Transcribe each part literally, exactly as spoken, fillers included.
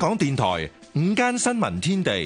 港電台午間新聞天地，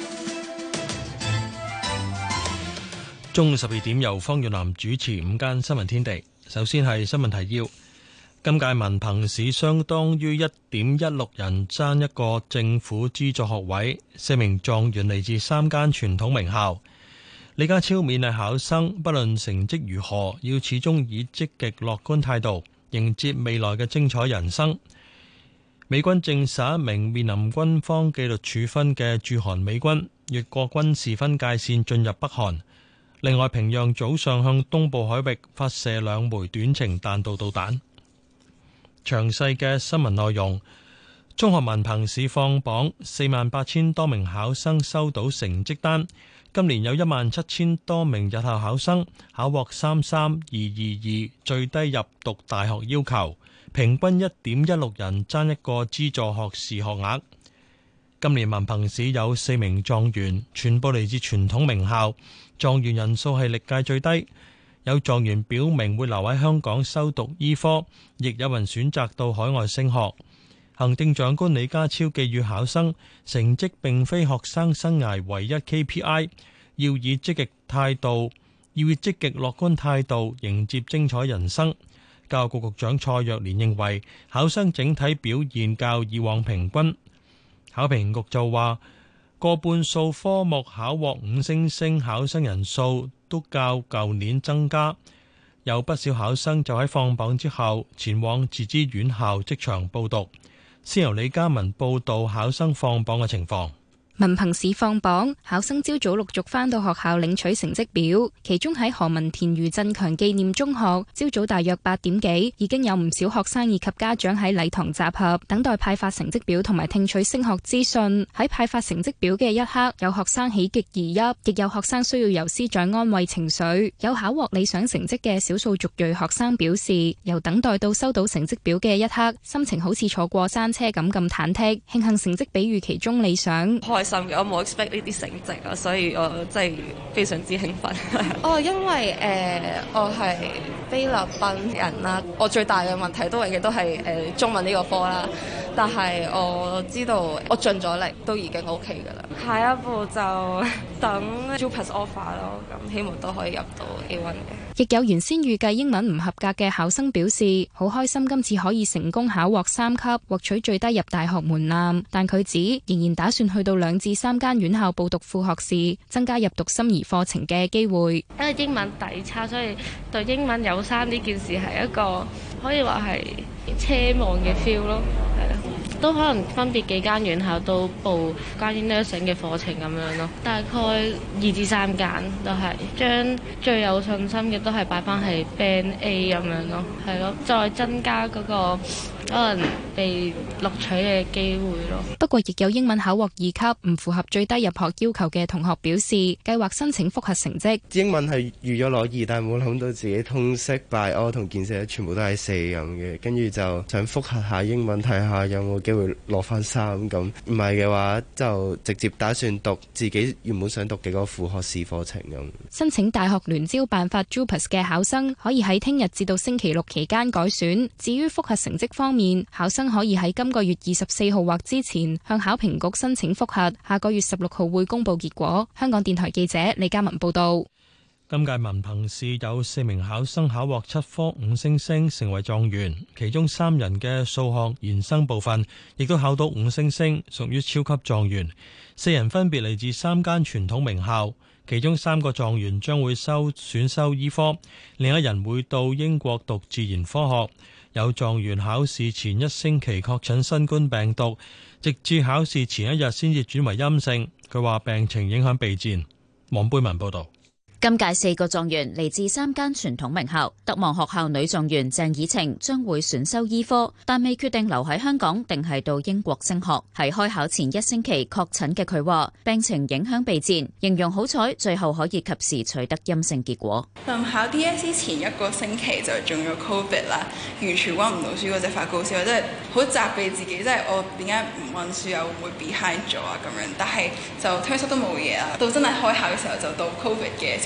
中午十二點由方遠南主持午間新聞天地。首先係新聞提要。今屆文憑試相當於一點一六人爭一個政府資助學位，四名狀元嚟自三間傳統名校。李家超勉勵考生，不論成績如何，要始終以積極樂觀態度迎接未來嘅精彩人生。美軍證實一名面臨軍方紀律處分嘅駐韓美軍越過軍事分界線進入北韓。另外，平壤早上向東部海域發射兩枚短程彈道導彈。詳細嘅新聞內容，中學文憑試放榜，四萬八千多名考生收到成績單。今年有一萬七千多名日校考生考獲三三二二二最低入讀大學要求，平均一點一六人爭一個資助學士學額。今年文憑試有四名狀元，全部嚟自傳統名校，狀元人數係歷屆最低。有狀元表明會留喺香港修讀醫科，亦有人選擇到海外升學。行政長官李家超寄語考生，成績並非學生生涯唯一 K P I， 要以積極態度，要以積極樂觀態度迎接精彩人生。教育局局長蔡若蓮認為，考生整體表現較以往平均。考評局就話，過半數科目考獲五星星考生人數都較舊年增加，有不少考生就喺放榜之後前往自資院校即場報讀。先由李嘉文報道考生放榜嘅情況。 文憑試放榜，考生朝早陸續返到學校領取成績表，其中喺何文田余振強紀念中學，朝早大約八點幾，已經有唔少學生以及家長喺禮堂集合，等待派發成績表同埋聽取升學資訊。喺派發成績表嘅一刻，有學生喜極而泣，亦有學生需要由師長安慰情緒。有考獲理想成績嘅少數族裔學生表示，由等待到收到成績表嘅一刻，心情好似坐過山車咁咁忐忑，慶幸成績比預期中理想。 我冇 expect 呢啲成績啊，所以我真係非常之興奮。 哦，因為誒、呃、我係菲律賓人啦，我最大嘅問題都係嘅都係誒中文呢個科啦，但係我知道我盡咗力都已經 OK 㗎啦。 下一步就等 JUPAS offer 咯，咁希望都可以入到 A 一 嘅。 亦有原先預計英文唔合格嘅考生表示，好開心今次可以成功考獲三級，獲取最低入大學門檻。但佢指仍然打算去到兩至三間院校報讀副學士，增加入讀心儀課程嘅機會。 因為英文底差，所以對英文有三呢件事係一個可以話係奢望嘅 feel 咯，係啊。都可能分別幾間院校都報關於 nursing 嘅課程咁樣咯，大概二至三間都係將最有信心嘅都係擺翻係 Band A 咁樣咯，係咯，再增加嗰個可能被錄取嘅機會咯。 不過亦有英文考獲二級唔符合最低入學要求嘅同學表示，計劃申請複核成績。 英文係預咗攞二，但係冇諗到自己通識 Bio 同建設全部都係四咁嘅，跟住就想複核下英文睇下有冇機會攞翻三咁。唔係嘅話就直接打算讀自己原本想讀嘅嗰個副學士課程咁。 申請大學聯招辦法 JUPAS 嘅考生可以喺聽日至到星期六期間改選。至於複核成績方面，考生可以喺今個月二十四號或之前向考評局申請複核，下個月十六號會公布結果。香港電台記者李嘉文報道。 今屆文憑試有四名考生考獲七科五星星，成為狀元，其中三人嘅數學延伸部分亦都考到五星星，屬於超級狀元。四人分別嚟自三間傳統名校，其中三個狀元將會修選修醫科，另一人會到英國讀自然科學。有狀元考試前一星期確診新冠病毒，直至考試前一日先至轉為陰性。佢話病情影響備戰。黃貝文報道。 今屆四個狀元嚟自三間傳統名校，德望學校女狀元鄭以晴將會選修醫科，但未決定留喺香港定係到英國升學。喺開考前一星期確診嘅佢話，病情影響備戰，形容好彩最後可以及時取得陰性結果。 臨考 D S E 前一個星期就中咗 Covid 啦，完全溫唔到書嗰隻發高燒，真係好責備自己，即係我點解唔溫書又會 behind 咗啊咁樣，但係就推測都冇嘢啦。到真係開考嘅時候就到 Covid 嘅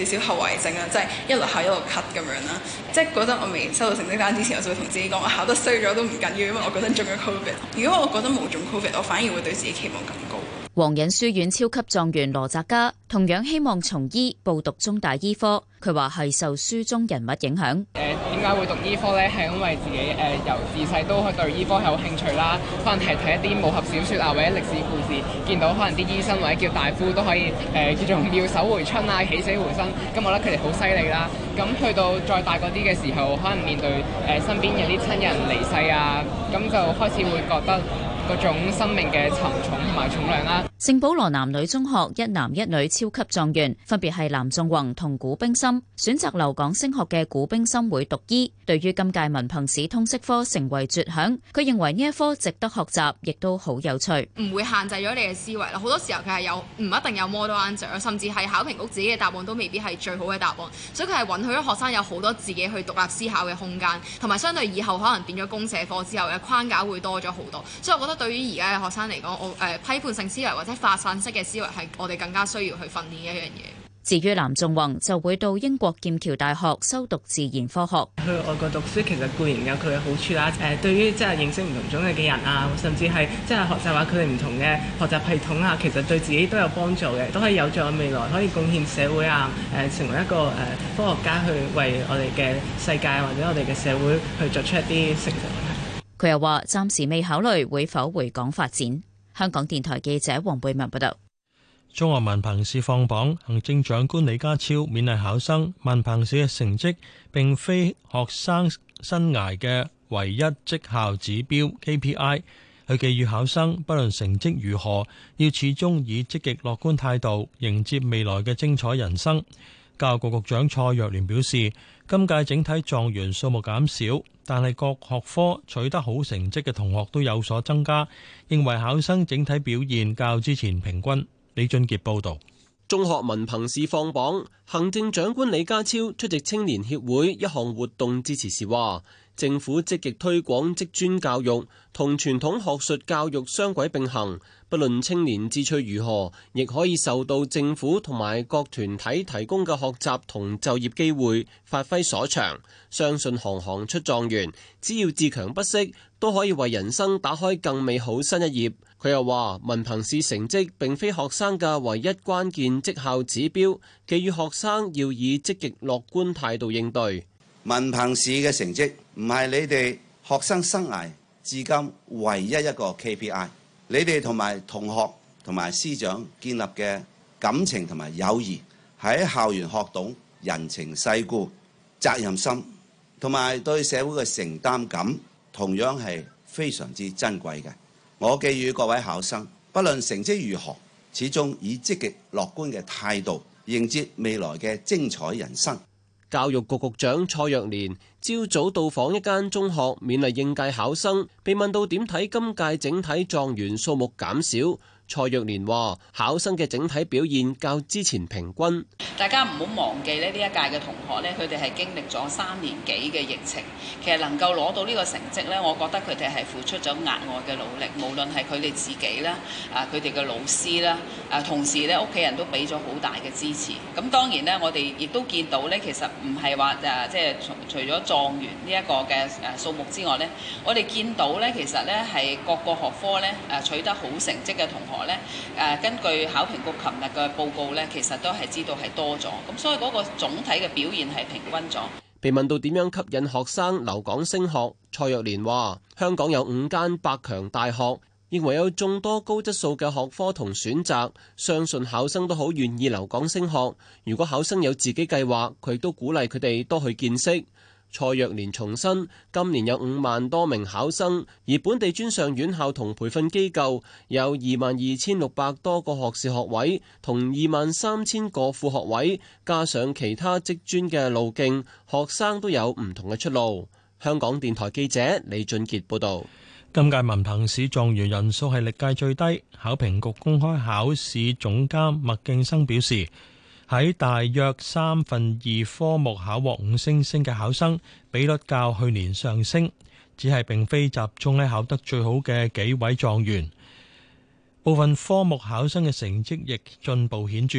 少少後遺症啊，即係一路考一路咳咁樣啦。即係嗰陣我未收到成績單之前，我就會同自己講，我考得衰咗都唔緊要，因為我覺得中咗 Covid。如果我覺得冇中 Covid，我反而會對自己期望更高。 皇仁書院超級狀元羅澤嘉同樣希望從醫報讀中大醫科，佢話係受書中人物影響。 誒點解會讀醫科呢？係因為自己誒、呃、由自細都對醫科有興趣啦，可能係睇一啲武俠小説啊，或者歷史故事，見到可能啲醫生或者叫大夫都可以誒、呃、叫做妙手回春啊，起死回生，咁我覺得佢哋好犀利啦。咁去到再大個啲嘅時候，可能面對誒、呃、身邊有啲親人離世啊，咁就開始會覺得嗰種生命嘅沉重同埋重量啦。 聖保羅男女中學一男一女超級狀元，分別係藍仲宏同古冰心。選擇留港升學嘅古冰心會讀醫，對於今屆文憑試通識科成為絕響，佢認為呢一科值得學習，亦都好有趣。 唔會限制咗你嘅思維啦，好多時候佢係有唔一定有 model answer，甚至係考評局自己嘅答案都未必係最好嘅答案，所以佢係允許咗學生有好多自己去獨立思考嘅空間，同埋相對以後可能變咗公社課之後嘅框架會多咗好多，所以我覺得對於而家嘅學生嚟講，我誒、呃、批判性思維或者發散式嘅思維係我哋更加需要去訓練嘅一樣嘢。 至於藍仲宏就會到英國劍橋大學修讀自然科學。 去外國讀書其實固然有佢嘅好處啦，誒對於即係認識唔同種類嘅人啊，甚至係即係學習下佢哋唔同嘅學習系統啊，其實對自己都有幫助嘅，都可以有助未來可以貢獻社會啊，誒成為一個誒科學家去為我哋嘅世界或者我哋嘅社會去作出一啲成就。 佢又話暫時未考慮會否回港發展。香港電台記者黃貝文報道。 中學文憑試放榜，行政長官李家超勉勵考生，文憑試嘅成績並非學生生涯嘅唯一績效指標 K P I。佢寄語考生，不論成績如何，要始終以積極樂觀態度迎接未來嘅精彩人生。教育局局長蔡若蓮表示，今屆整體狀元數目減少，但係各學科取得好成績嘅同學都有所增加，認為考生整體表現較之前平均。李俊傑報導。 中學文憑試放榜，行政長官李家超出席青年協會一項活動致辭時話，政府積極推廣職專教育，同傳統學術教育雙軌並行，不論青年志趣如何，亦可以受到政府同埋各團體提供嘅學習同就業機會，發揮所長。相信行行出狀元，只要自強不息，都可以為人生打開更美好新一頁。佢又話，文憑試成績並非學生嘅唯一關鍵績效指標，寄予學生要以積極樂觀態度應對。 文憑試嘅成績唔係你哋學生生涯至今唯一一個 K P I， 你哋同埋同學同埋師長建立嘅感情同埋友誼，喺校園學懂人情世故、責任心同埋對社會嘅承擔感，同樣係非常之珍貴嘅。我寄語各位考生，不論成績如何，始終以積極樂觀嘅態度迎接未來嘅精彩人生。 教育局局長蔡若蓮朝早到訪一間中學，勉勵應屆考生。被問到點睇今屆整體狀元數目減少，蔡若蓮話：考生嘅整體表現較之前平均。 大家唔好忘記咧，呢一屆嘅同學咧，佢哋係經歷咗三年幾嘅疫情，其實能夠攞到呢個成績咧，我覺得佢哋係付出咗額外嘅努力，無論係佢哋自己啦，啊佢哋嘅老師啦，啊同時咧屋企人都俾咗好大嘅支持。咁當然咧，我哋亦都見到咧，其實唔係話誒即係除除咗狀元呢一個嘅誒數目之外咧，我哋見到咧，其實咧係各個學科咧誒取得好成績嘅同學咧，誒根據考評局琴日嘅報告咧，其實都係知道係多咗，咁所以嗰個總體嘅表現係平均咗。 被問到點樣吸引學生留港升學，蔡若蓮話：香港有五間百強大學，認為有眾多高質素嘅學科同選擇，相信考生都好願意留港升學。如果考生有自己計劃，佢亦都鼓勵佢哋多去見識。蔡若蓮重申，今年有五萬多名考生，而本地專上院校同培訓機構有二萬二千六百多個學士學位，同二萬三千個副學位，加上其他職專嘅路徑，學生都有唔同嘅出路。香港電台記者李俊傑報導。 今屆文憑試狀元人數係歷屆最低，考評局公開考試總監麥敬生表示，喺大約三分二科目考獲五星星嘅考生比率較去年上升，只係並非集中喺考得最好嘅幾位狀元。部分科目考生嘅成績亦進步顯著。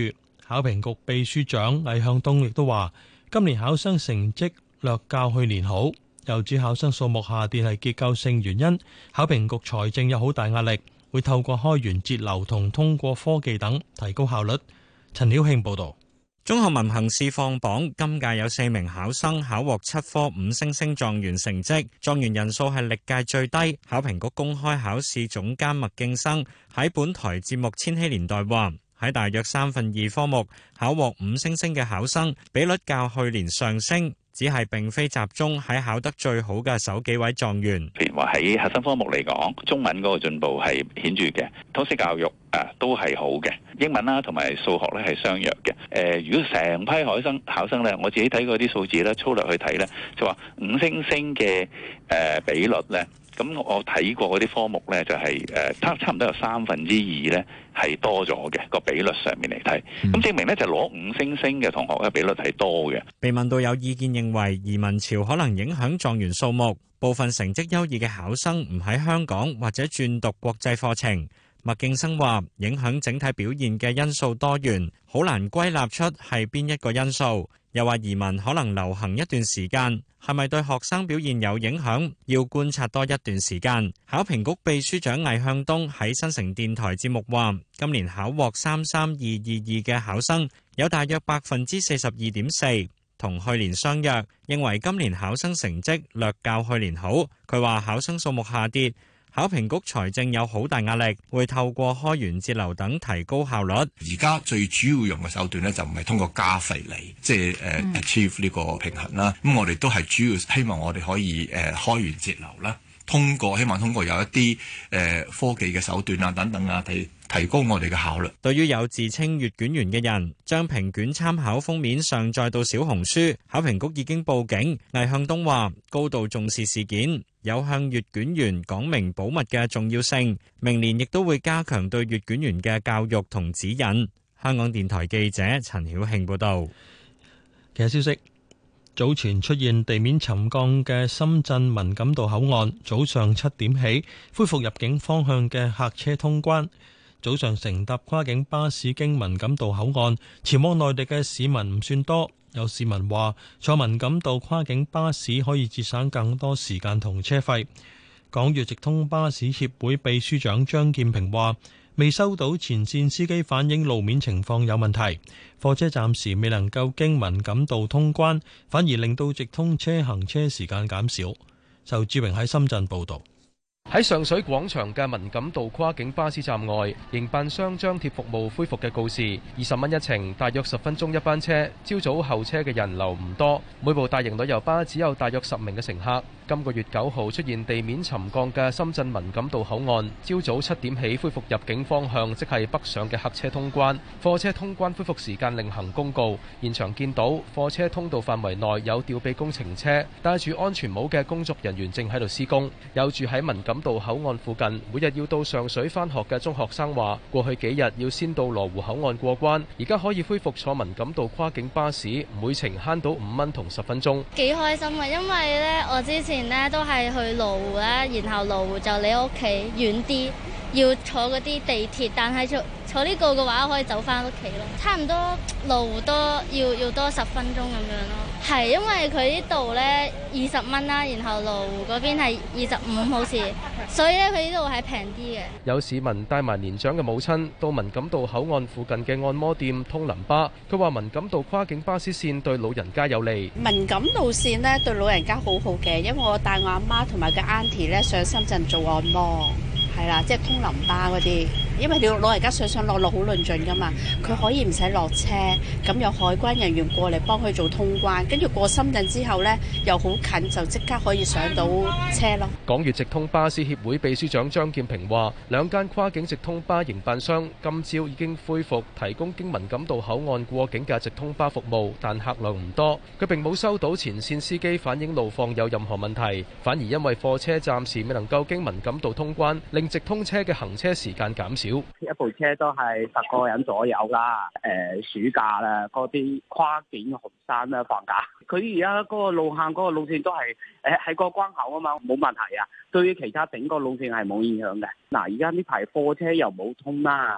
考評局秘書長魏向東亦都話，今年考生成績略較去年好，又指考生數目下跌係結構性原因，考評局財政有好大壓力，會透過開源節流同通過科技等提高效率。陳曉慶報導。 中學文憑試放榜，今屆有四名考生考獲七科五星星狀元成績，狀元人數係歷屆最低。考評局公開考試總監麥敬生喺本台節目《千禧年代》話，喺大約三分二科目考獲五星星嘅考生比率較去年上升，只係並非集中喺考得最好嘅首幾位狀元。 譬如話喺核心科目嚟講，中文嗰個進步係顯著嘅，通識教育啊都係好嘅，英文啦同埋數學咧係相若嘅。誒、呃，如果成批考生考生咧，我自己睇過啲數字咧，粗略去睇咧，就話五星星嘅誒、呃、比率咧。咁我睇過嗰啲科目咧，就係誒差差唔多有三分之二咧係多咗嘅個比率上面嚟睇，咁證明咧就攞五星星嘅同學嘅比率係多嘅。 被問到有意見認為移民潮可能影響狀元數目，部分成績優異嘅考生唔喺香港或者轉讀國際課程，麥敬生話影響整體表現嘅因素多元，好難歸納出係邊一個因素。又話移民可能流行一段時間，係咪對學生表現有影響，要觀察多一段時間。考評局秘書長魏向東喺新城電台節目話，今年考獲三三二二二嘅考生有大約百分之四十二點四，同去年相若，認為今年考生成績略較去年好。佢話考生數目下跌，考評局財政有好大壓力，會透過開源節流等提高效率。 而家最主要用嘅手段咧，就唔係通過加費嚟，即係誒 achieve 呢個平衡啦。咁我哋都係主要希望我哋可以誒開源節流啦，通過希望通過有一啲誒科技嘅手段啊等等啊，提提高我哋嘅效率。 對於有自稱閱卷員嘅人將評卷參考封面上載到小紅書，考評局已經報警。魏向東話高度重視事件，有向閱卷員講明保密嘅重要性，明年亦都會加強對閱卷員嘅教育同指引。香港電台記者陳曉慶報道。 其他消息，早前出現地面沉降嘅深圳文錦渡口岸，早上七點起恢復入境方向嘅客車通關。早上乘搭跨境巴士經文錦渡口岸前往內地嘅市民唔算多，有市民話坐文錦渡跨境巴士可以節省更多時間同車費。港粵直通巴士協會秘書長張劍平話，未收到前線司機反映路面情況有問題，貨車暫時未能夠經文錦渡通關，反而令到直通車行車時間減少。仇志榮喺深圳報導。 喺上水廣場嘅文錦渡跨境巴士站外，營辦商張貼服務恢復嘅告示，二十蚊一程，大約十分鐘一班車。朝早候車嘅人流唔多，每部大型旅遊巴只有大約十名嘅乘客。今個月九號出現地面沉降嘅深圳文錦渡口岸，朝早七點起恢復入境方向，即係北上嘅客車通關。貨車通關恢復時間另行公告。現場見到貨車通道範圍內有吊臂工程車，戴住安全帽嘅工作人員正喺度施工。有住喺文錦渡口岸附近，每日要到上水返學嘅中學生話，過去幾日要先到羅湖口岸過關，而家可以恢復坐文錦渡跨境巴士，每程慳到五蚊同十分鐘。 幾開心啊！因為咧，我之前咧都係去羅湖啦，然後羅湖就離屋企遠啲，要坐嗰啲地鐵，但係坐坐呢個嘅話，可以走翻屋企咯。差唔多羅湖多要要多十分鐘咁樣咯。係因為佢呢度咧二十蚊啦，然後羅湖嗰邊係二十五好似，所以咧佢呢度係平啲嘅。 有市民帶埋年長嘅母親到文錦渡口岸附近嘅按摩店通淋巴，佢話文錦渡跨境巴士線對老人家有利。 文錦渡線咧對老人家好好嘅，因為我帶我阿媽同埋個 auntie 咧上深圳做按摩。係啦，即係通淋巴嗰啲，因為你老人家上上落落好論盡噶嘛，佢可以唔使落車，咁有海關人員過嚟幫佢做通關，跟住過深圳之後呢，又好近，就即刻可以上到車咯。 港粵直通巴士協會秘書長張劍平話，兩間跨境直通巴營辦商今朝已經恢復提供經文錦渡口岸過境嘅直通巴服務，但客量唔多。佢並冇收到前線司機反映路況有任何問題，反而因為貨車暫時未能夠經文錦渡通關，令直通車嘅行車時間減少。 一部車都係十個人左右啦。誒、呃，暑假啦，嗰啲跨境學生啦放假，佢而家嗰個路線嗰個路線都係誒喺個關口啊嘛，冇問題啊。對於其他整個路線係冇影響嘅。嗱，而家呢排貨車又冇通啦。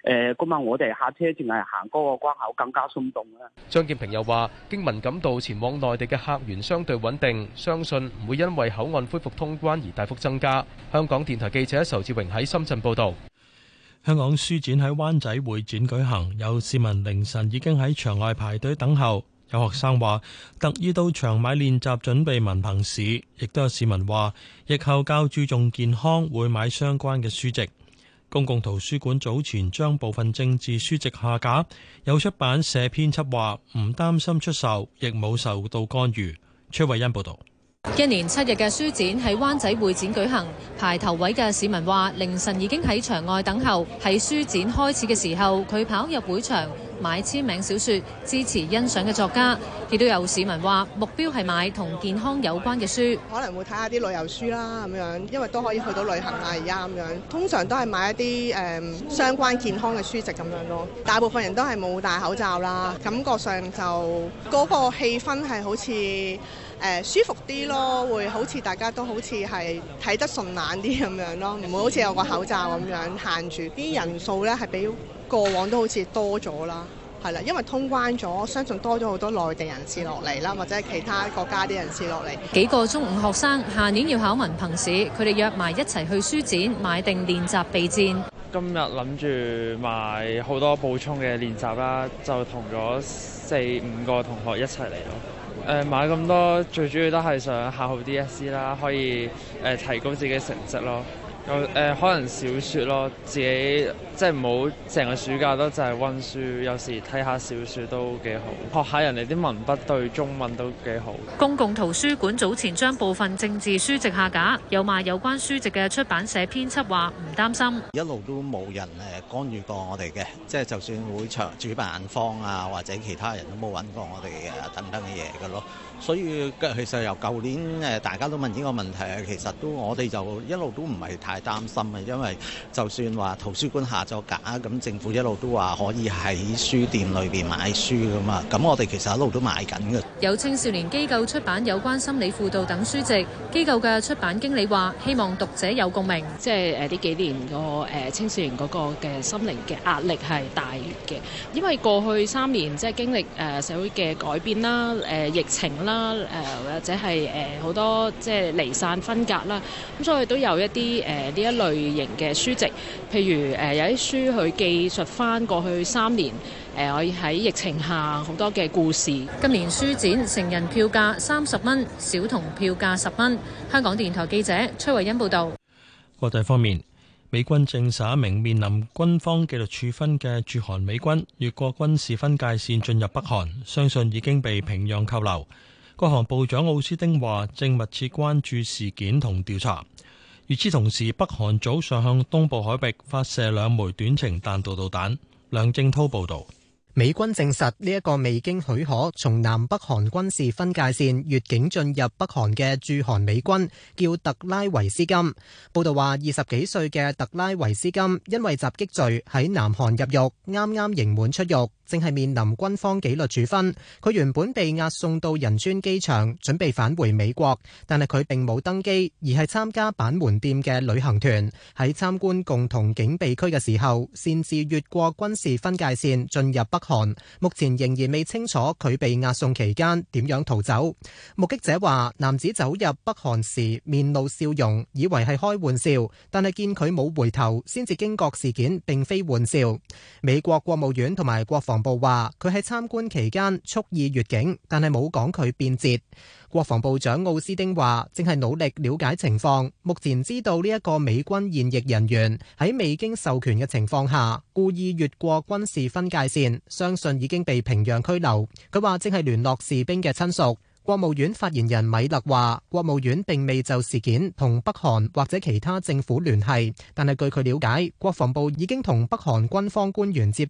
誒咁啊，我哋下車淨係行嗰個關口更加鬆動啦。 張劍平又話：經文錦渡前往內地嘅客源相對穩定，相信唔會因為口岸恢復通關而大幅增加。香港電台記者仇志榮喺深圳報導。 香港書展喺灣仔會展舉行，有市民凌晨已經喺場外排隊等候。有學生話特意到場買練習準備文憑試，亦都有市民話疫後較注重健康，會買相關嘅書籍。公共圖書館早前將部分政治書籍下架，有出版社編輯話唔擔心出售，亦冇受到干預。崔慧欣報導。 一連七日嘅書展喺灣仔會展舉行，排頭位嘅市民話凌晨已經喺場外等候。喺書展開始嘅時候，佢跑入會場買簽名小說，支持欣賞嘅作家。亦都有市民話目標係買同健康有關嘅書， 可能會睇下啲旅遊書啦咁樣，因為都可以去到旅行啊而家咁樣。通常都係買一啲誒、嗯、相關健康嘅書籍咁樣咯。大部分人都係冇戴口罩啦，感覺上就嗰個氣氛係好似誒、呃、舒服啲咯，會好似大家都好似係睇得順眼啲咁樣咯，唔會好似有個口罩咁樣限住。啲人數咧係比過往都好似多咗啦。係啦，因為通關咗，相信多咗好多內地人士落嚟啦，或者係其他國家啲人士落嚟。 幾個中五學生下年要考文憑試，佢哋約埋一齊去書展買定練習備戰。 今日諗住買好多補充嘅練習啦，就同咗四五個同學一齊嚟咯。誒、呃、買咁多最主要都係想考好 D S E 啦，可以誒、呃、提高自己成績咯。有誒、呃、可能小説咯，自己即係唔好成個暑假都就係温書，有時睇下小説都幾好，學下人哋啲文筆對中文都幾好。 公共圖書館早前將部分政治書籍下架，有賣有關書籍嘅出版社編輯話唔擔心， 一路都冇人誒干預過我哋嘅，即係就算會場主辦方啊或者其他人都冇揾過我哋嘅等等嘅嘢嘅咯。所以其實由舊年誒大家都問呢個問題，其實都我哋就一路都唔係太擔心嘅，因為就算話圖書館下咗架，咁政府一路都話可以喺書店裏邊買書噶嘛，咁我哋其實一路都買緊嘅。 有青少年機構出版有關心理輔導等書籍，機構嘅出版經理話希望讀者有共鳴， 即係誒呢幾年個誒青少年嗰個嘅心靈嘅壓力係大嘅，因為過去三年即係經歷誒社會嘅改變啦、誒疫情啦、誒或者係誒好多即係離散分隔啦，咁所以都有一啲誒呢一類型嘅書籍，譬如誒有啲書去記述翻過去三年誒我喺疫情下好多嘅故事。 今年書展成人票價三十蚊，小童票價十蚊。香港電台記者崔慧欣報道。 國際方面，美軍證實一名面臨軍方紀律處分嘅駐韓美軍越過軍事分界線進入北韓，相信已經被平壤扣留。國防部長奧斯汀話正密切關注事件同調查。與此同時，北韓早上向東部海域發射兩枚短程彈道導彈。梁正滔報導。 美軍證實呢一個未經許可從南北韓軍事分界線越境進入北韓嘅駐韓美軍叫特拉維斯金。報道話，二十幾歲嘅特拉維斯金因為襲擊罪喺南韓入獄，啱啱刑滿出獄，正係面臨軍方紀律處分。佢原本被押送到仁川機場，準備返回美國，但係佢並冇登機，而係參加板門店嘅旅行團。喺參觀共同警備區嘅時候，擅自越過軍事分界線進入北韓，目前仍然未清楚佢被押送期間點樣逃走。目擊者話，男子走入北韓時面露笑容，以為係開玩笑，但係見佢冇回頭，先至驚覺事件並非玩笑。美國國務院同埋國防部話，佢喺參觀期間蓄意越境，但係冇講佢變節。國防部長奧斯汀話，正係努力了解情況，目前知道呢一個美軍現役人員喺未經授權嘅情況下故意越過軍事分界線，相信已經被平壤拘留。佢話正係聯絡士兵嘅親屬。國務院發言人米勒話，國務院並未就事件同北韓或者其他政府聯繫，但係據佢了解，國防部已經同北韓軍方官員接觸，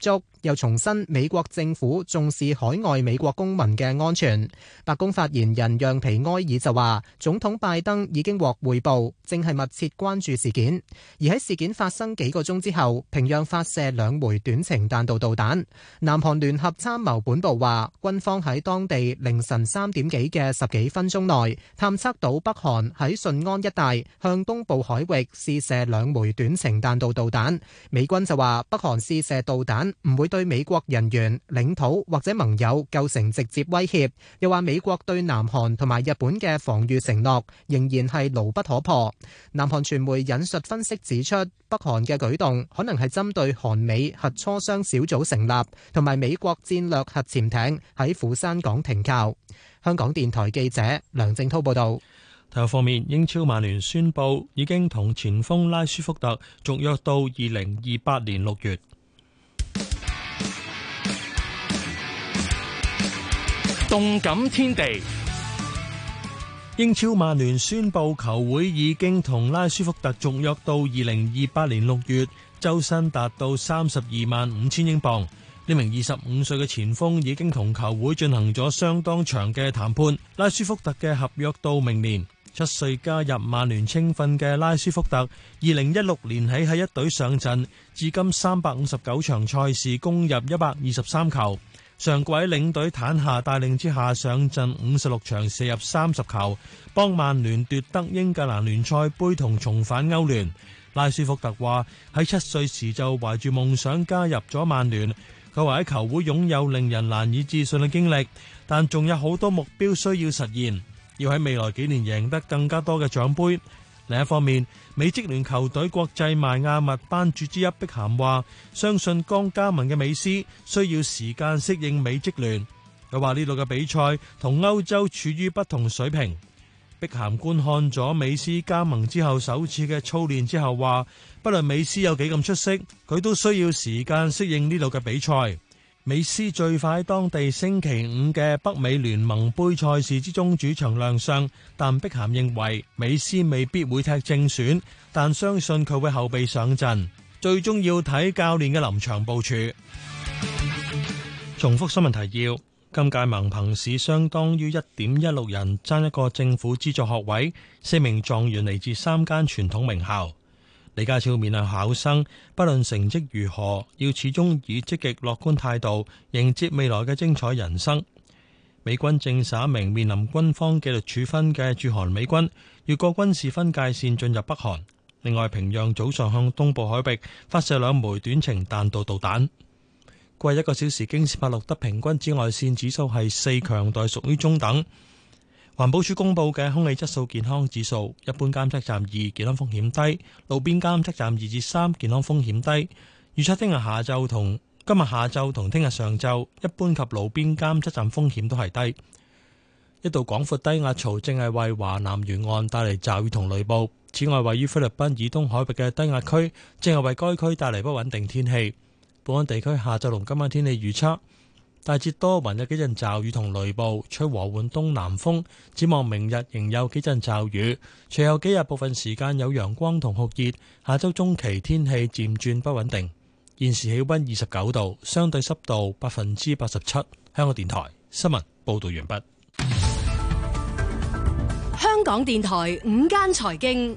又重申美國政府重視海外美國公民嘅安全。白宮發言人讓皮埃爾就話，總統拜登已經獲匯報，正係密切關注事件。而喺事件發生幾個鐘之後，平壤發射兩枚短程彈道導彈。南韓聯合參謀本部話，軍方喺當地凌晨三點幾嘅十幾分鐘內，探測到北韓喺順安一帶向東部海域試射兩枚短程彈道導彈。美軍就話，北韓試射導彈唔會對美國人員、領土或者盟友構成直接威脅。又話美國對南韓同埋日本嘅防禦承諾仍然係牢不可破。南韓傳媒引述分析指出，北韓嘅舉動可能係針對韓美核磋商小組成立，同埋美國戰略核潛艇喺釜山港停靠。香港電台記者梁正滔報導。 體育方面，英超曼聯宣布已經同前鋒拉舒福特續約到二零二八年六月。 動感天地。 英超曼聯宣布球會已經同拉舒福特續約到二零二八年六月，周薪達到三十二萬五千英鎊。呢名二十五歲嘅前鋒已經同球會進行咗相當長嘅談判。拉舒福特嘅合約到明年。七歲加入曼聯青訓嘅拉舒福特，二零一六年起喺一隊上陣，至今三百五十九場賽事攻入一百二十三球。上季喺領隊坦夏帶領之下上陣五十六場，射入三十球，幫曼聯奪得英格蘭聯賽杯同重返歐聯。拉舒福特話喺七歲時就懷住夢想加入咗曼聯。佢話喺球會擁有令人難以置信嘅經歷，但仲有好多目標需要實現。要喺未來幾年贏得更加多嘅獎盃。另一方面，美職聯球隊國際邁阿密班主之一碧咸話，相信剛加盟嘅美斯需要時間適應美職聯。佢話呢度嘅比賽同歐洲處於不同水平。碧咸觀看咗美斯加盟之後首次嘅操練之後話，不論美斯有幾咁出色，佢都需要時間適應呢度嘅比賽。美斯最快當地星期五嘅北美聯盟杯賽事之中主場亮相，但碧咸認為美斯未必會踢正選，但相信佢會後備上陣，最終要睇教練嘅臨場部署。重複新聞提要：今屆文憑試相當於一點一六人爭一個政府資助學位，四名狀元嚟自三間傳統名校。李家超勉勵考生，不論成績如何，要始終以積極樂觀態度迎接未來嘅精彩人生。美軍證實一名面臨軍方紀律處分嘅駐韓美軍越過軍事分界線進入北韓。另外，平壤早上向東部海域發射兩枚短程彈道導彈。過去一個小時京士柏錄得平均紫外線指數係四，強度屬於中等。環保署公布嘅空氣質素健康指數，一般監測站二，健康風險低；路邊監測站二至三，健康風險低。預測聽日下晝同今日下晝同聽日上晝，一般及路邊監測站風險都係低。一道廣闊低壓槽正係為華南沿岸帶嚟驟雨同雷暴。此外，位於菲律賓以東海域嘅低壓區正係為該區帶嚟不穩定天氣。本港地區下晝同今晚天氣預測。大致多雲，有幾陣驟雨同雷暴，吹和緩東南風。展望明日仍有幾陣驟雨，隨後幾日部分時間有陽光同酷熱。下周中期天氣漸轉不穩定。現時氣溫二十九度，相對濕度百分之八十七。香港電台新聞報道完畢。 香港電台午間財經。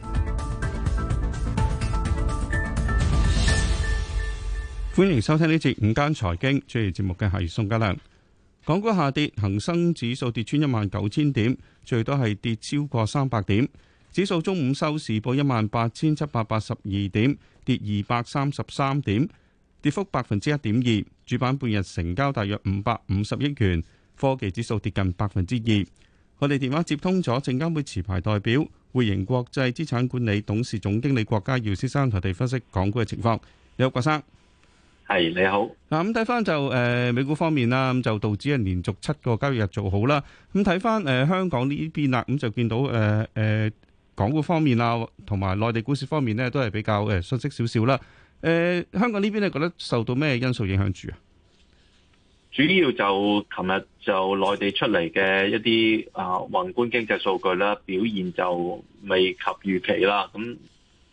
歡迎收聽呢節午間財經，主持節目嘅係宋家良。港股下跌，恒生指數跌穿一萬九千點，最多係跌超過三百點。指數中午收市報一萬八千七百八十二點，跌二百三十三點，跌幅百分之一點二。主板半日成交大約五百五十億元，科技指數跌近百分之二。我哋電話接通咗證監會持牌代表匯盈國際資產管理董事總經理郭家耀先生，同我哋分析港股嘅情況。你好，郭生。 係你好。 嗱，咁睇翻就誒、呃、美股方面啦，咁就道指係連續七個交易日做好啦。咁睇翻誒香港呢邊啦，咁就見到誒誒、呃呃、港股方面啊，同埋內地股市方面呢，都係比較誒遜色少少啦。誒、呃、香港呢邊咧，覺得受到咩因素影響住啊？ 主要就琴日就內地出嚟嘅一啲啊宏觀經濟數據啦，表現就未及預期啦。咁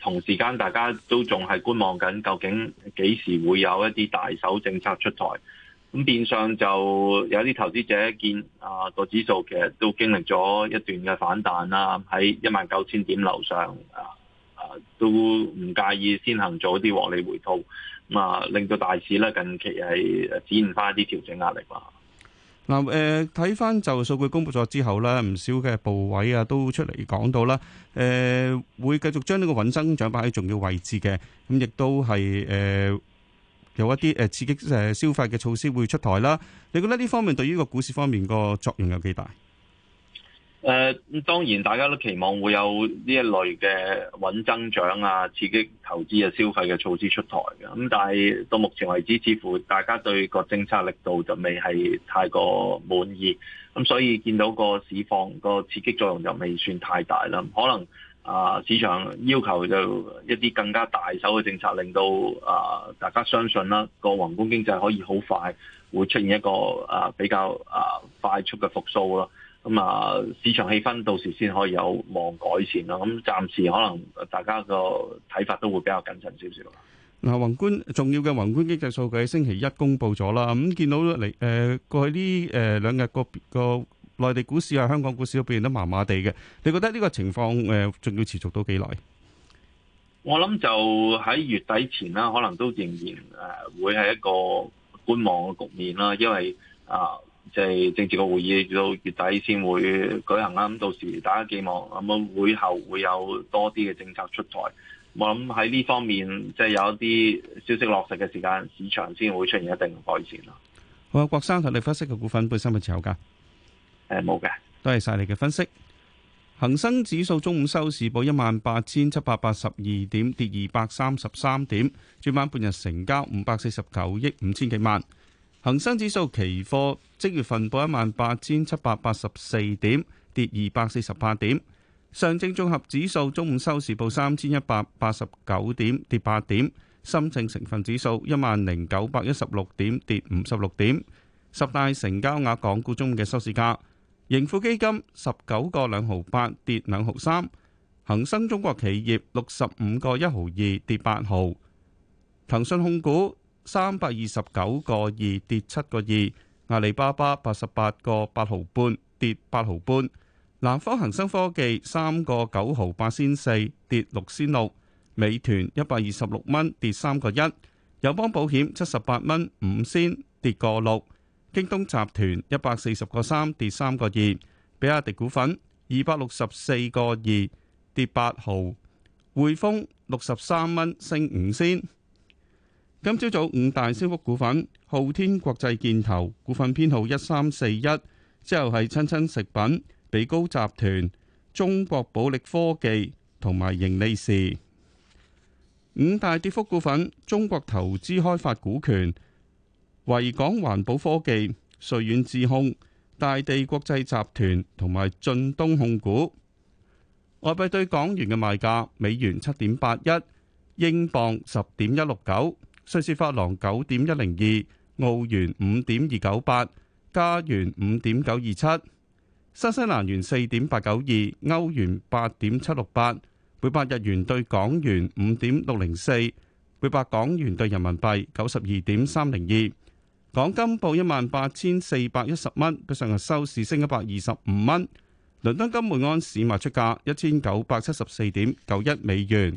同時間大家都仲係觀望緊，究竟幾時會有一啲大手政策出台。咁變相就有啲投資者見啊個指數其實都經歷咗一段嘅反彈啦，喺一萬九千點樓上啊啊都唔介意先行做一啲獲利回吐，咁啊令到大市咧近期係展現翻一啲調整壓力啦。 嗱誒，睇翻就數據公布咗之後咧，唔少嘅部位啊都出嚟講到啦，誒、呃、會繼續將呢個穩增長擺喺重要位置嘅，咁亦都係誒。呃有一啲誒刺激誒消費嘅措施會出台啦，你覺得呢方面對於個股市方面個作用有幾大？ 誒、呃，當然大家都期望會有呢一類嘅穩增長啊、刺激投資啊、消費嘅措施出台嘅。咁但係到目前為止，似乎大家對個政策力度就未係太過滿意。咁所以見到個市況個刺激作用就未算太大啦。可能啊，市場要求就一啲更加大手嘅政策，令到啊大家相信啦，個宏觀經濟可以好快會出現一個啊比較啊快速嘅復甦咯。咁啊，市場氣氛到時先可以有望改善咯。咁暫時可能大家個睇法都會比較謹慎少少。 嗱，宏觀重要嘅宏觀經濟數據星期一公布咗啦。咁見到嚟誒過去呢誒兩日個個內地股市啊、香港股市都表現得麻麻地嘅。你覺得呢個情況誒仲要持續到幾耐？ 我諗就喺月底前啦，可能都仍然誒會係一個觀望嘅局面啦。因為啊，即係政治個會議到月底先會舉行啦。咁到時大家寄望咁會後會有多啲嘅政策出台。我諗喺呢方面，即係有一啲消息落實嘅時間，市場先會出現一定嘅改善咯。 好啊，郭生同你分析嘅股份本身有冇持有㗎？ 誒，冇嘅。 多謝晒你嘅分析。恒生指數中午收市報一萬八千七百八十二點，跌二百三十三點。主板半日成交五百四十九億五千幾萬。恒生指數期貨即月份報一萬八千七百八十四點，跌二百四十八點。上證綜合指數中午收市報三千一百八十九點，跌八點。深證成分指數一萬零九百一十六點，跌五十六點。十大成交額港股中嘅收市價，盈富基金十九個兩毫八，跌兩毫三。恒生中國企業六十五個一毫二，跌八毫。騰訊控股三百二十九個二，跌七個二。阿里巴巴八十八個八毫半，跌八毫半。南方恒生科技三個九毫八仙四，跌六仙六。美團一百二十六蚊，跌三個一。友邦保險七十八蚊五仙，跌個六。京東集團一百四十個三，跌三個二。比亞迪股份二百六十四個二，跌八毫。匯豐六十三蚊，升五仙。今朝早五大升幅股份：昊天國際建投股份編號一三四一，之後係親親食品、比高集團、中國寶力科技同埋盈利時。五大跌幅股份：中國投資開發股權、維港環保科技、瑞遠智控、大地國際集團同埋晉東控股。外幣對港元嘅賣價：美元七點八一，英鎊十點一六九，瑞士法郎九點一零二，澳元五點二九八，加元五點九二七，新西蘭元四點八九二，歐元八點七六八，每百日元對港元五點六零四，每百港元對人民幣九十二點三零二。港金報一萬八千四百一十蚊，比上日收市升一百二十五蚊。倫敦金每安士賣出價一千九百七十四點九一美元。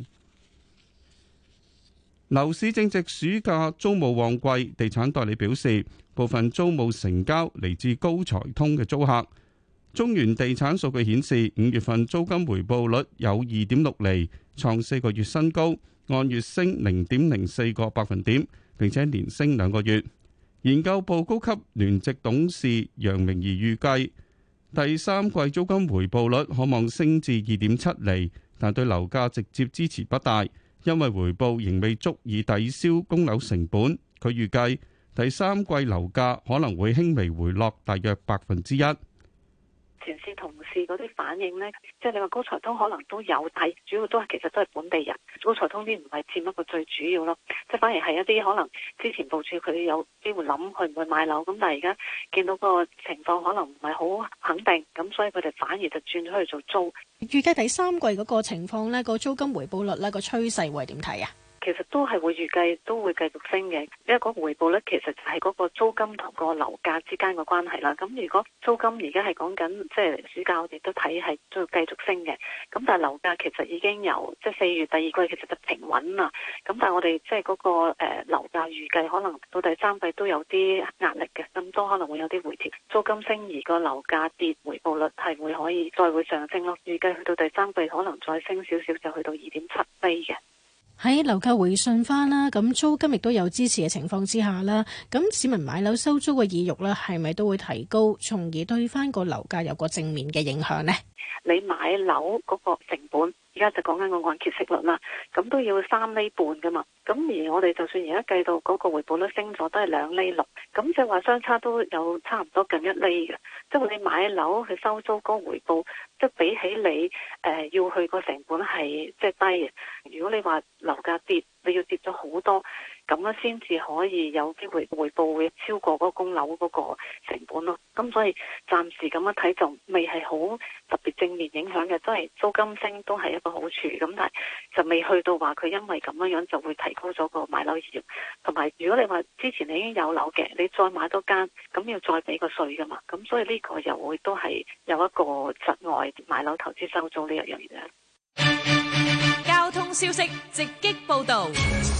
樓市正值暑假租務旺季，地產代理表示，部分租務成交嚟自高才通嘅租客。中原地產數據顯示，五月份租金回報率有二點六厘，創四個月新高，按月升零點零四個百分點，並且連升兩個月。研究部高級聯席董事楊明儀預計，第三季租金回報率可望升至二點七厘，但對樓價直接支持不大，因為回報仍未足以抵消供樓成本。佢預計第三季樓價可能會輕微回落，大約百分之一。 前線同事嗰啲反應呢，即係你話高才通可能都有，但係主要都係其實都係本地人，高才通啲唔係佔一個最主要咯，即係反而係一啲可能之前部署佢哋有機會諗去唔去買樓，咁但係而家見到個情況可能唔係好肯定，咁所以佢哋反而就轉咗去做租。 預計第三季嗰個情況呢，個租金回報率呢，個趨勢會係點睇啊？ 其實都係會預計都會繼續升嘅，因為嗰個回報率其實就係嗰個租金同個樓價之間嘅關係啦。咁如果租金而家係講緊即係暑假，我哋都睇係都要繼續升嘅。咁但係樓價其實已經由即係四月第二季其實就平穩啦。咁但係我哋即係嗰個誒樓價預計可能到第三季都有啲壓力嘅，咁都可能會有啲回調。租金升而個樓價跌，回報率係會可以再會上升咯。預計去到第三季可能再升少少，就去到二點七厘嘅。 喺樓價回順翻啦，咁租金亦都有支持嘅情況之下啦，咁市民買樓收租嘅意欲咧，係咪都會提高，從而對翻個樓價有個正面嘅影響呢？ 你買樓嗰個成本，而家就講緊個按揭息率啦，咁都要三厘半噶嘛。咁而我哋就算而家計到嗰個回報率升咗，都係兩厘六，咁即係話相差都有差唔多近一厘嘅。即係你買樓去收租嗰個回報，即係比起你誒、呃、要去個成本係即係低嘅。如果你話樓價跌，你要跌咗好多，咁樣先至可以有機會回報會超過嗰個供樓嗰個成本咯。咁所以暫時咁樣睇就未係好特別正面影響嘅，都係租金升都係一個好處。咁但係就未去到話佢因為咁樣樣就會提高咗個買樓意欲。同埋如果你話之前你已經有樓嘅，你再買多間，咁要再俾個稅噶嘛。咁所以呢個又會都係有一個窒礙買樓投資收租呢一樣嘢。 交通消息直擊報道。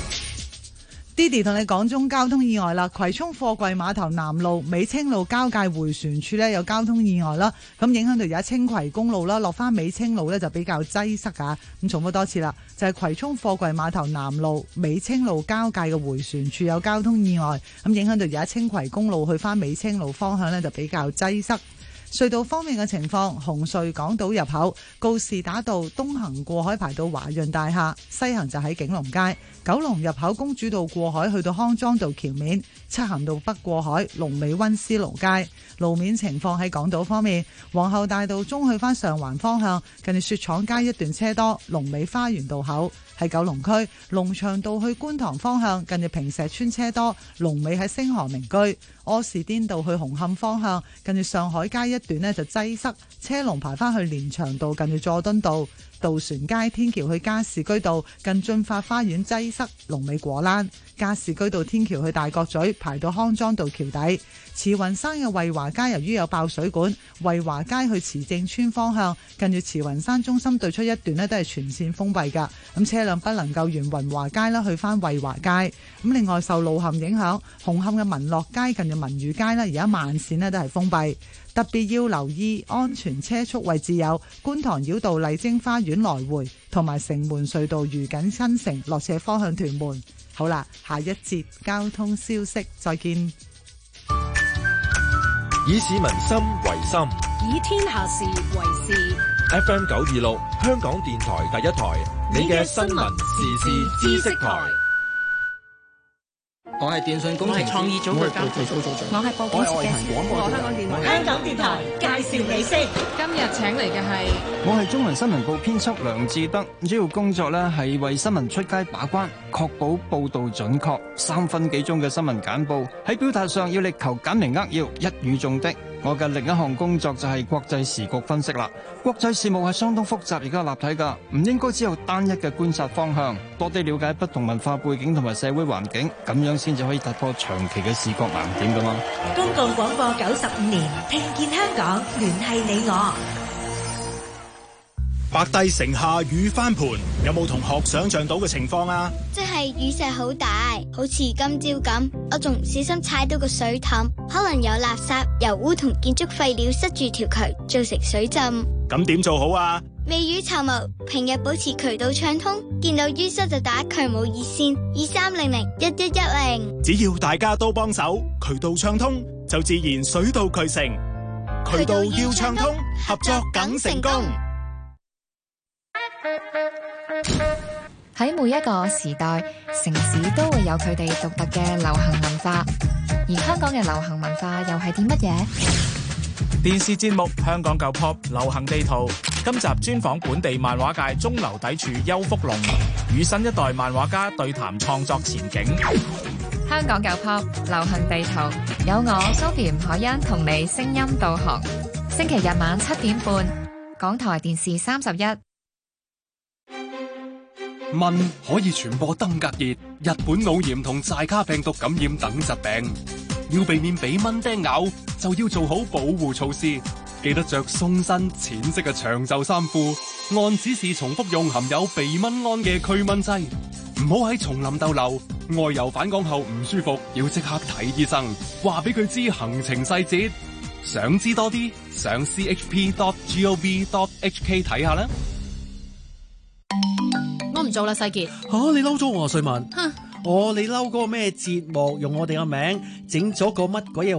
Didi 同你講中交通意外啦，葵涌貨櫃碼頭南路美青路交界迴旋處呢有交通意外啦，咁影響到而家青葵公路啦，落翻美青路呢就比較擠塞㗎。咁重複多次啦，就係、是、葵涌貨櫃碼頭南路美青路交界嘅迴旋處有交通意外，咁影響到而家青葵公路去翻美青路方向呢就比較擠塞。隧道方面嘅情況，紅隧港島入口告士打道東行過海排到華潤大廈，西行就喺景隆街。九龍入口公主道過海去到康莊道橋面，漆咸道北過海龍尾溫思勞街。路面情況喺港島方面，皇后大道中去返上環方向，近住雪廠街一段車多，龍尾花園道口。喺九龍區龍翔道去觀塘方向，近住坪石村車多，龍尾喺星河名居。柯士甸道去紅磡方向，近住上海街一段呢就擠塞，車龍排返去連翔道，近住佐敦道。渡船街天橋去加士居道近駿發花園擠塞，龍尾果欄。加士居道天橋去大角咀排到康莊道橋底。慈雲山嘅惠華街由於有爆水管，惠華街去慈正村方向近住慈雲山中心對出一段呢都係全線封閉噶，咁車輛不能夠沿雲華街啦去翻惠華街。咁另外受路陷影響，紅磡嘅民樂街近住文裕街啦而家慢線呢都係封閉。特別要留意安全車速位置有觀塘繞道麗晶花園來回，同埋城門隧道愉景新城落斜方向屯門。好啦，下一節交通消息再見。 以市民心為心， 以天下事為事。 F M 九二六香港電台第一台，你嘅新聞時事知識台。 我係電訊工程創意組嘅監製組組長， 我係報警設計師， 我香港電台香港電台介紹你先。 今日請嚟嘅係我係中文新聞部編輯梁志德，主要工作咧係為新聞出街把關，確保報導準確。三分幾鐘嘅新聞簡報喺表達上要力求簡明扼要，一語中的。我嘅另一項工作就係國際時局分析啦。國際事務係相當複雜而家立體噶，唔應該只有單一嘅觀察方向，多啲了解不同文化背景同埋社會環境，咁樣先至可以突破長期嘅視覺盲點噶嘛。 公共廣播九十五年，聽見香港，聯繫你我。 白帝城下雨翻盤，有冇同學想象到嘅情況啊？ 即係雨勢好大，好似今朝咁，我仲唔小心踩到個水凼，可能有垃圾、油污同建築廢料塞住條渠，造成水浸。 咁點做好啊？ 未雨綢繆，平日保持渠道暢通，見到淤塞就打渠務熱線二三零零一一一零。 只要大家都幫手，渠道暢通，就自然水到渠成。渠道要暢通，合作梗成功。 喺每一個時代，城市都會有佢哋獨特嘅流行文化，而香港嘅流行文化又係啲乜嘢？ 電視節目《香港舊 Pop 流行地圖》，今集專訪本地漫畫界中流砥柱邱福龍，與新一代漫畫家對談創作前景。 香港舊 Pop 流行地圖，有我蘇菲吳海欣同你聲音導航。星期日晚七點半，港台電視三十一。 蚊可以傳播登革熱、日本腦炎同寨卡病毒感染等疾病。要避免俾蚊叮咬，就要做好保護措施。記得着鬆身淺色嘅長袖衫褲，按指示重複用含有避蚊胺嘅驅蚊劑。唔好喺叢林逗留，外遊返港後唔舒服，要即刻睇醫生，話俾佢知行程細節。想知多啲，上 c h p dot gov dot h k 睇下啦。 我唔做啦，世傑。 吓、啊，你嬲咗我啊，瑞文？ 哼， 哦，你嬲嗰個咩節目？用我哋個名整咗個乜鬼嘢？